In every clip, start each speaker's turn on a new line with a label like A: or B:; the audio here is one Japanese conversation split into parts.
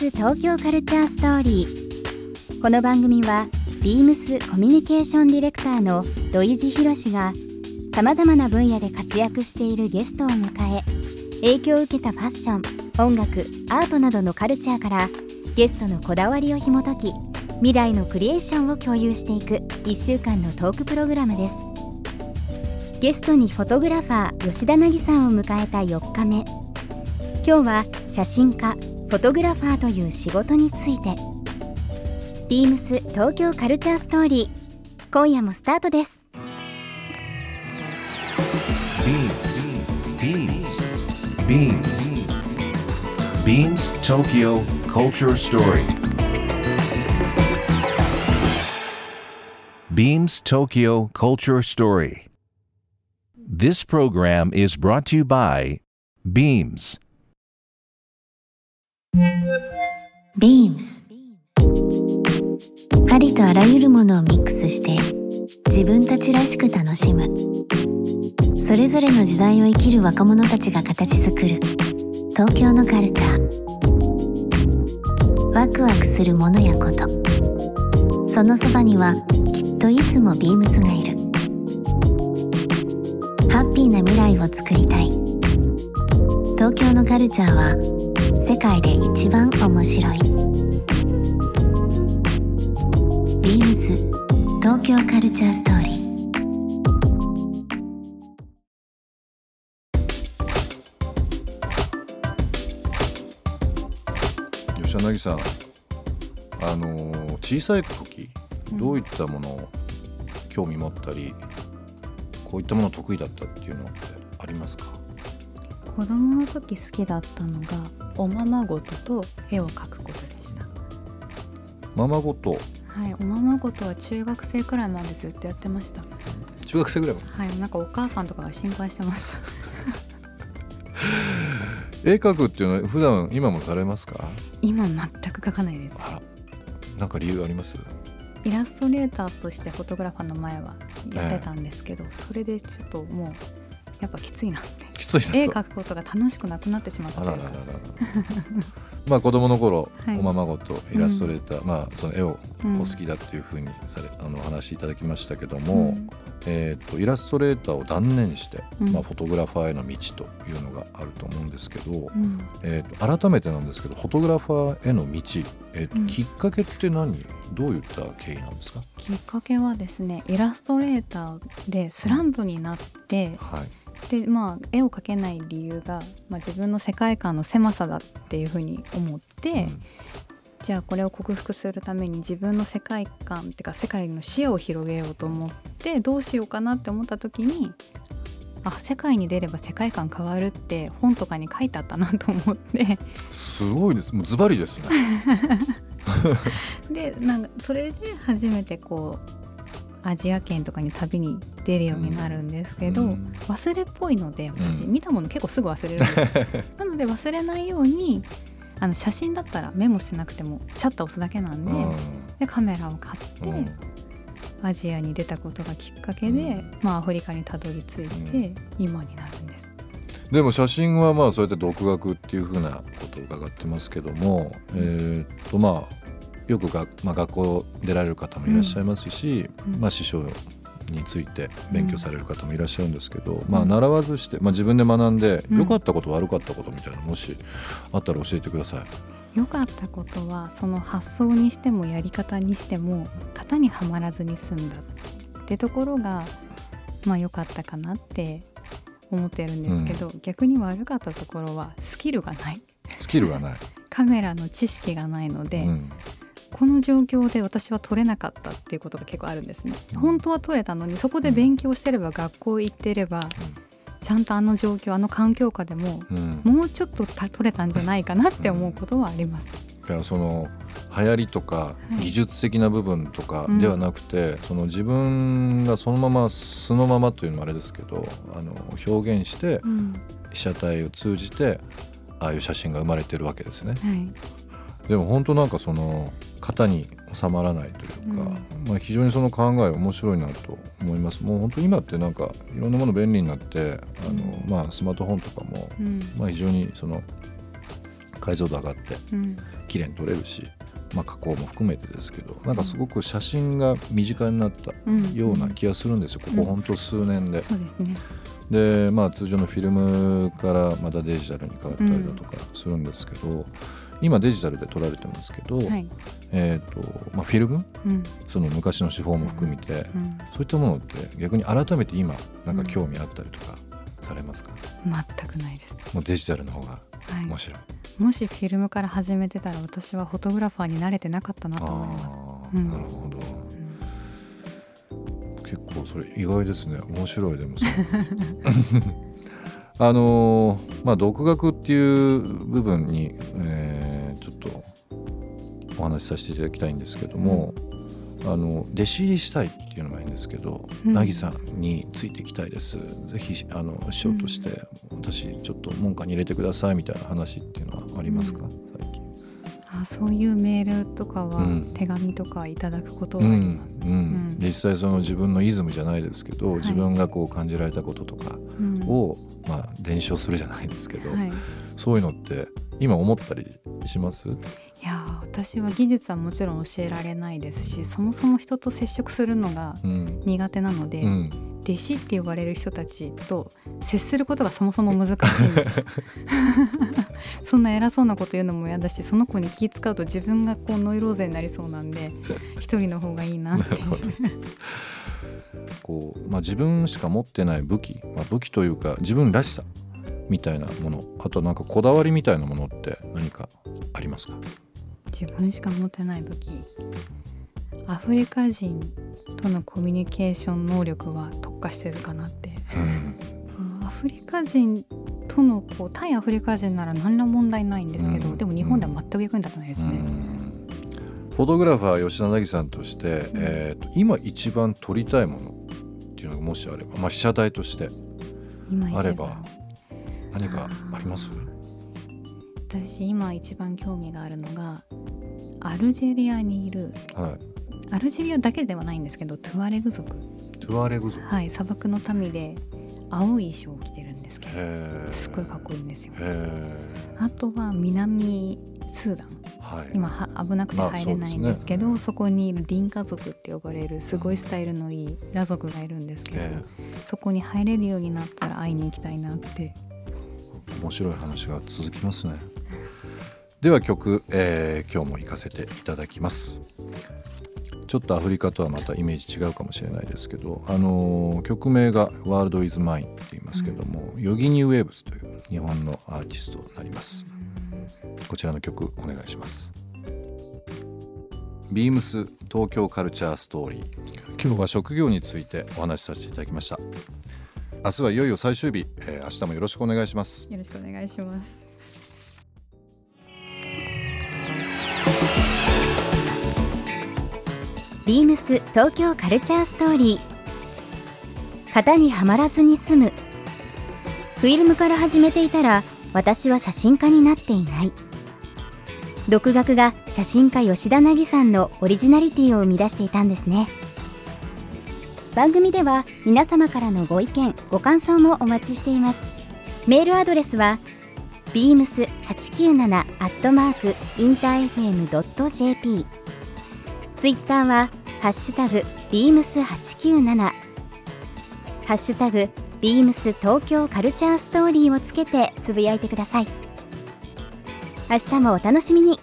A: ス東京カルチャーストーリー。この番組はビームスコミュニケーションディレクターの土井博志がさまざまな分野で活躍しているゲストを迎え、影響を受けたファッション、音楽、アートなどのカルチャーからゲストのこだわりを紐解き、未来のクリエーションを共有していく1週間のトークプログラムです。ゲストにフォトグラファー吉田凪さんを迎えた4日目。今日は写真家、フォトグラファーという仕事について。ビームス東京カルチャーストーリー、今夜もスタートです。
B: Beams Tokyo Culture Story. Beams Tokyo Culture Story. This program is brought to you by Beams.
C: Beams ありとあらゆるものをミックスして自分たちらしく楽しむ、それぞれの時代を生きる若者たちが形作る東京のカルチャー。ワクワクするものやこと、そのそばにはきっといつもビームスがいる。ハッピーな未来をつくりたい。東京のカルチャーは世界で一番面白い。ビームス東京カルチャーストーリー。
D: 吉田凪さん、小さい時どういったものを興味持ったり、こういったもの得意だったっていうのってありますか？
E: 子供の時好きだったのがおままごとと絵を描くことでした。
D: ままごと。
E: はい、おままごとは中学生くらいまでずっとやってました。
D: 中学生ぐらいまで？
E: はい、なんかお母さんとかが心配してました
D: 絵描くっていうのは普段今もされますか？
E: 今全く描かないです。
D: あら、なんか理由あります？
E: イラストレーターとしてフォトグラファーの前はやってたんですけど、それでちょっともうやっぱきついなって、
D: きついなと、
E: 絵描くことが楽しくなくなってしまったというか。
D: あららららまあ子供の頃、
E: はい、
D: おままごとイラストレーター、まあその絵をお好きだっていうふうにお話しいただきましたけども、イラストレーターを断念して、フォトグラファーへの道というのがあると思うんですけど、改めてなんですけど、フォトグラファーへの道、きっかけってどういった経緯なんですか？
E: きっかけはですね、イラストレーターでスランプになって、で絵を描けない理由が、自分の世界観の狭さだっていうふうに思って、じゃあこれを克服するために自分の世界観っていうか世界の視野を広げようと思って、どうしようかなって思った時に、世界に出れば世界観変わるって本とかに書いてあったなと思って。
D: すごいです。もうズバリですね
E: でそれで初めてアジア圏とかに旅に出るようになるんですけど、忘れっぽいので私、見たもの結構すぐ忘れるんですなので忘れないように写真だったらメモしなくてもシャッター押すだけなんで、でカメラを買って、アジアに出たことがきっかけで、アフリカにたどり着いて、今になるんです。
D: でも写真はそうやって独学っていうふうなことを伺ってますけども、よく学校出られる方もいらっしゃいますし、師匠について勉強される方もいらっしゃるんですけど、習わずして、自分で学んで良かったこと悪かったことみたいな、もしあったら教えてください。
E: 良かったことは、その発想にしてもやり方にしても型にはまらずに済んだってところが良かったかなって思ってるんですけど、逆に悪かったところはスキルがないカメラの知識がないので、この状況で私は撮れなかったっていうことが結構あるんですね。本当は撮れたのに、そこで勉強してれば、学校行ってれば、ちゃんと状況、環境下でも、もうちょっと撮れたんじゃないかなって思うことはあります。
D: だからその流行りとか技術的な部分とかではなくて、その自分がそのまま素のままというのもあれですけど、表現して、被写体を通じてああいう写真が生まれてるわけですね。でも本当なんかその型に収まらないというか、非常にその考え面白いなと思います。もう本当に今ってなんかいろんなもの便利になって、スマートフォンとかも、非常にその解像度上がって、 綺麗に撮れるし、加工も含めてですけど、なんかすごく写真が身近になったような気がするんですよ、ここほんと数年で。
E: そうですね。
D: で通常のフィルムからまたデジタルに変わったりだとかするんですけど、今デジタルで撮られてますけど、フィルム、その昔の手法も含めて、そういったものって逆に改めて今なんか興味あったりとかされますか？
E: 全くないです。
D: もうデジタルの方が面白い。
E: もしフィルムから始めてたら私はフォトグラファーになれてなかったなと思います。
D: なるほど、結構それ意外ですね。面白い。でもそう独学っていう部分に、ちょっとお話しさせていただきたいんですけども、弟子入りしたいっていうのもいいんですけど、なぎさんについていきたいです、ぜひ師匠として私ちょっと門下に入れてくださいみたいな話っていうのはありますか？最近
E: そういうメールとかは、手紙とかいただくことがあります。
D: 実際その自分のイズムじゃないですけど、自分がこう感じられたこととかを、伝承するじゃないですけど、そういうのって今思ったりします？
E: いや私は技術はもちろん教えられないですし、そもそも人と接触するのが苦手なので、弟子って呼ばれる人たちと接することがそもそも難しいんですそんな偉そうなこと言うのも嫌だし、その子に気使うと自分がこうノイローゼになりそうなんで一人の方がいいなっていう
D: こう、自分しか持ってない武器、武器というか自分らしさみたいなもの、あとなんかこだわりみたいなものって何かありますか？
E: 自分しか持ってない武器、アフリカ人とのコミュニケーション能力は特化してるかなって、アフリカ人との対アフリカ人なら何ら問題ないんですけど、でも日本では全く役に立たないですね。
D: フォトグラファー吉田凪さんとして、今一番撮りたいものっていうのがもしあれば、被写体としてあれば何かあります？
E: 私今一番興味があるのがアルジェリアにいる、アルジェリアだけではないんですけど、トゥアレグ族、砂漠の民で青い衣装を着てるんですけど、すごいかっこいいんですよ。あとは南スーダン、今危なくて入れないんですけど、そこにいるディンカ族って呼ばれるすごいスタイルのいいラ族がいるんですけど、そこに入れるようになったら会いに行きたいなって。
D: 面白い話が続きますね。では曲、今日も行かせていただきます。ちょっとアフリカとはまたイメージ違うかもしれないですけど、曲名が World is Mine って言いますけども、ヨギニウェーブスという日本のアーティストになります。こちらの曲お願いします。ビームス東京カルチャーストーリー、今日は職業についてお話しさせていただきました。明日はいよいよ最終日、明日もよろしくお願いします。
E: よろしくお願いします。
A: ビームス東京カルチャーストーリー、型にはまらずに済む。フィルムから始めていたら私は写真家になっていない。独学が写真家吉田凪さんのオリジナリティを生み出していたんですね。番組では皆様からのご意見ご感想もお待ちしています。メールアドレスは beams897@interfm.jp、 ツイッターはハッシュタグ beams897、 ハッシュタグ beams 東京カルチャーストーリーをつけてつぶやいてください。明日もお楽しみに。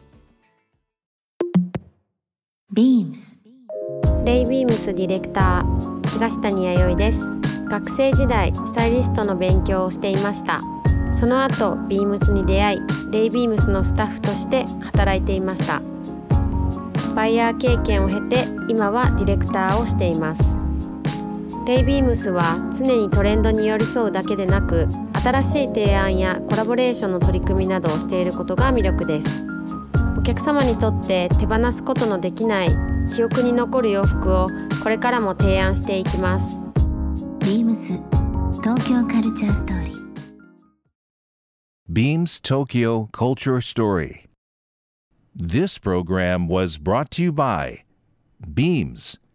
C: beams
F: レイビームスディレクター東谷弥生です。学生時代スタイリストの勉強をしていました。その後ビームスに出会い、レイビームスのスタッフとして働いていました。バイヤー経験を経て今はディレクターをしています。レイビームスは常にトレンドに寄り添うだけでなく、新しい提案やコラボレーションの取り組みなどをしていることが魅力です。お客様にとって手放すことのできない記憶に残る洋服をこれからも提案していきます。
C: ビームス東京カルチャーストーリー。
B: Beams Tokyo Culture Story. This program was brought to you by Beams.